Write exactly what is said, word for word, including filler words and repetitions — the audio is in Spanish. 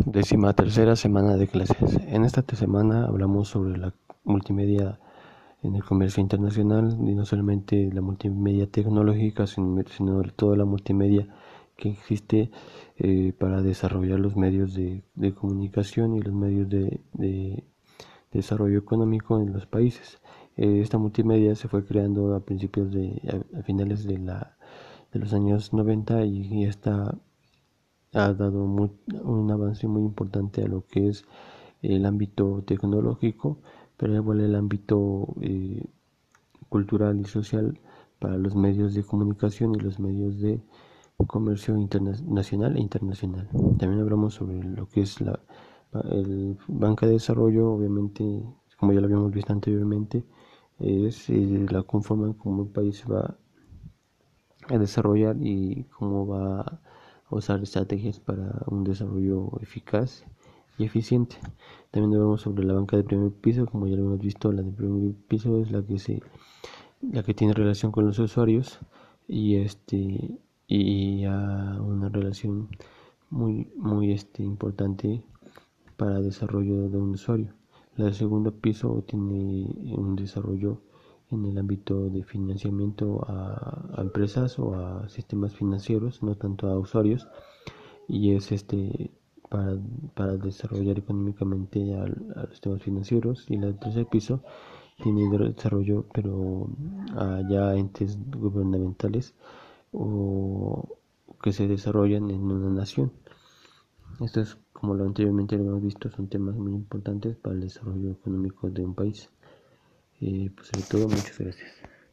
Décima tercera semana de clases. En esta semana hablamos sobre la multimedia en el comercio internacional, y no solamente la multimedia tecnológica, sino, sino toda la multimedia que existe eh, para desarrollar los medios de, de comunicación y los medios de, de desarrollo económico en los países. Eh, esta multimedia se fue creando a principios de, a, a finales de, la, de los años noventa y, y esta ha dado muy, un avance muy importante a lo que es el ámbito tecnológico, pero igual el ámbito eh, cultural y social para los medios de comunicación y los medios de comercio nacional e internacional. También hablamos sobre lo que es la el banca de desarrollo, obviamente, como ya lo habíamos visto anteriormente, es eh, la conforma como el país va a desarrollar y cómo va a usar estrategias para un desarrollo eficaz y eficiente. También hablamos sobre la banca de primer piso, como ya lo hemos visto. La de primer piso es la que se la que tiene relación con los usuarios y este y a una relación muy muy este importante para el desarrollo de un usuario. La de segundo piso tiene un desarrollo en el ámbito de financiamiento a, a empresas o a sistemas financieros, no tanto a usuarios, y es este para, para desarrollar económicamente a, a los sistemas financieros. Y el tercer piso tiene desarrollo pero allá entes gubernamentales o que se desarrollan en una nación. Esto es, como lo anteriormente lo hemos visto, son temas muy importantes para el desarrollo económico de un país. Eh, pues sobre todo, muchas gracias.